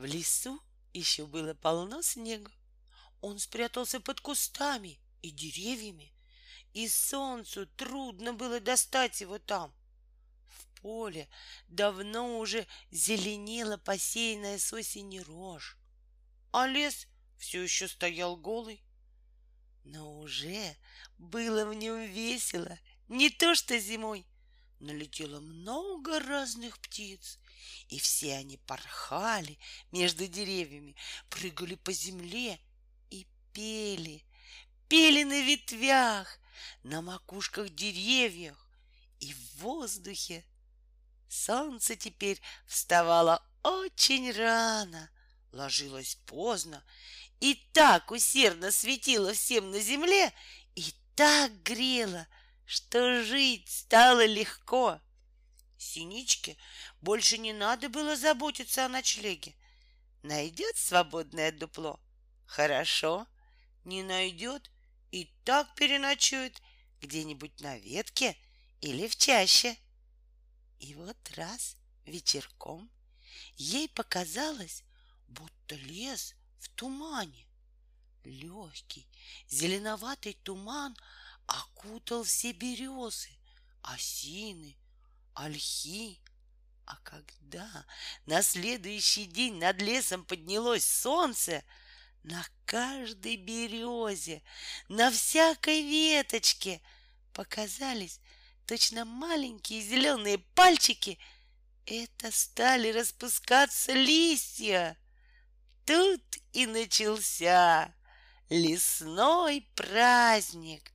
В лесу еще было полно снега. Он спрятался под кустами и деревьями, и солнцу трудно было достать его там. В поле давно уже зеленела посеянная с осени рожь, а лес все еще стоял голый. Но уже было в нем весело, не то что зимой. Налетело много разных птиц, и все они порхали между деревьями, прыгали по земле и пели. Пели на ветвях, на макушках деревьев и в воздухе. Солнце теперь вставало очень рано, ложилось поздно и так усердно светило всем на земле и так грело, что жить стало легко. Синичке больше не надо было заботиться о ночлеге. Найдет свободное дупло — хорошо, не найдет — и так переночует где-нибудь на ветке или в чаще. И вот раз вечерком ей показалось, будто лес в тумане. Легкий зеленоватый туман окутал все березы, осины, ольхи. А когда на следующий день над лесом поднялось солнце, на каждой березе, на всякой веточке показались точно маленькие зеленые пальчики. Это стали распускаться листья. Тут и начался лесной праздник.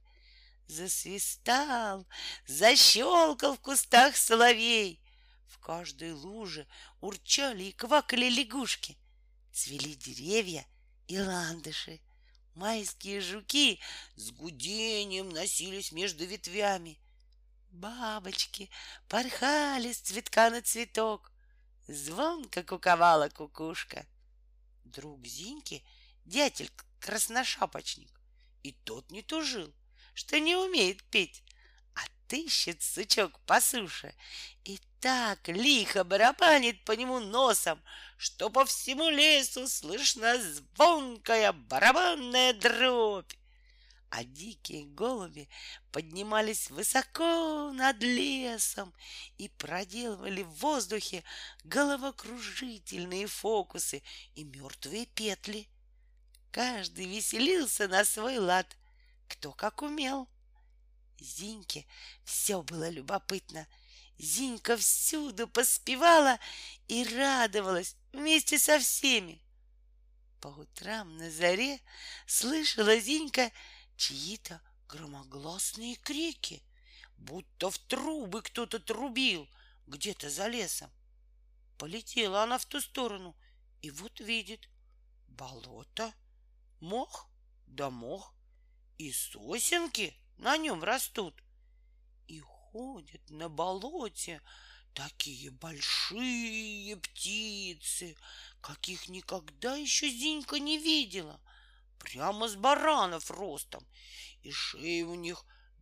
Засвистал, защелкал в кустах соловей. В каждой луже урчали и квакали лягушки. Цвели деревья и ландыши. Майские жуки с гудением носились между ветвями. Бабочки порхали с цветка на цветок. Звонко куковала кукушка. Друг Зиньки, дятел красношапочник, и тот не тужил, что не умеет петь, а тыщет сучок по суше и так лихо барабанит по нему носом, что по всему лесу слышна звонкая барабанная дробь. А дикие голуби поднимались высоко над лесом и проделывали в воздухе головокружительные фокусы и мертвые петли. Каждый веселился на свой лад, кто как умел. Зиньке все было любопытно. Зинька всюду поспевала и радовалась вместе со всеми. По утрам на заре слышала Зинька чьи-то громогласные крики, будто в трубы кто-то трубил где-то за лесом. Полетела она в ту сторону и вот видит: болото, мох да мох, и сосенки на нем растут. И ходят на болоте такие большие птицы, каких никогда еще Зинька не видела, прямо с баранов ростом, и шеи у них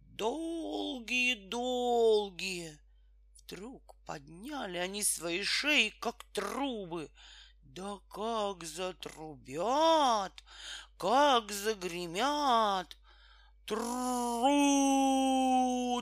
долгие-долгие. Вдруг подняли они свои шеи, как трубы, да как затрубят, как загремят! Тру,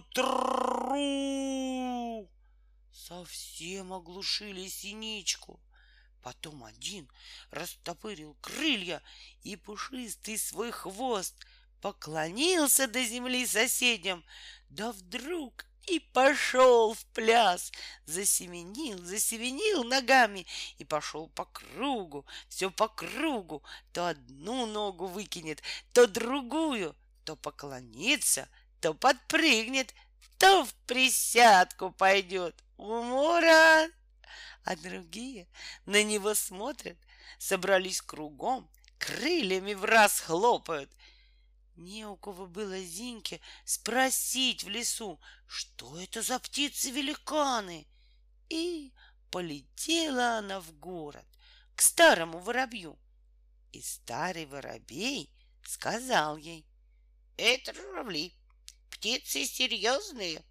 тру! Совсем оглушили синичку. Потом один растопырил крылья и пушистый свой хвост поклонился до земли соседям, да вдруг и пошел в пляс, засеменил ногами и пошел по кругу, все по кругу, то одну ногу выкинет, то другую, то поклонится, то подпрыгнет, то в присядку пойдет. Умора! А другие на него смотрят, собрались кругом, крыльями в раз хлопают. Не у кого было Зиньке спросить в лесу, что это за птицы-великаны. И полетела она в город к старому воробью. И старый воробей сказал ей: это журавли, птицы серьезные,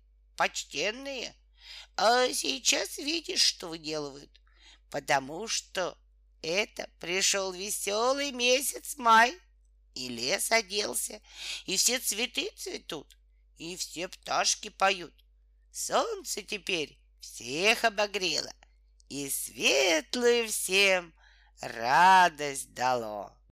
почтенные. А сейчас видишь, что выделывают, потому что Это пришел веселый месяц май, и лес оделся, и все цветы цветут, и все пташки поют. Солнце теперь всех обогрело, и светлую всем радость дало.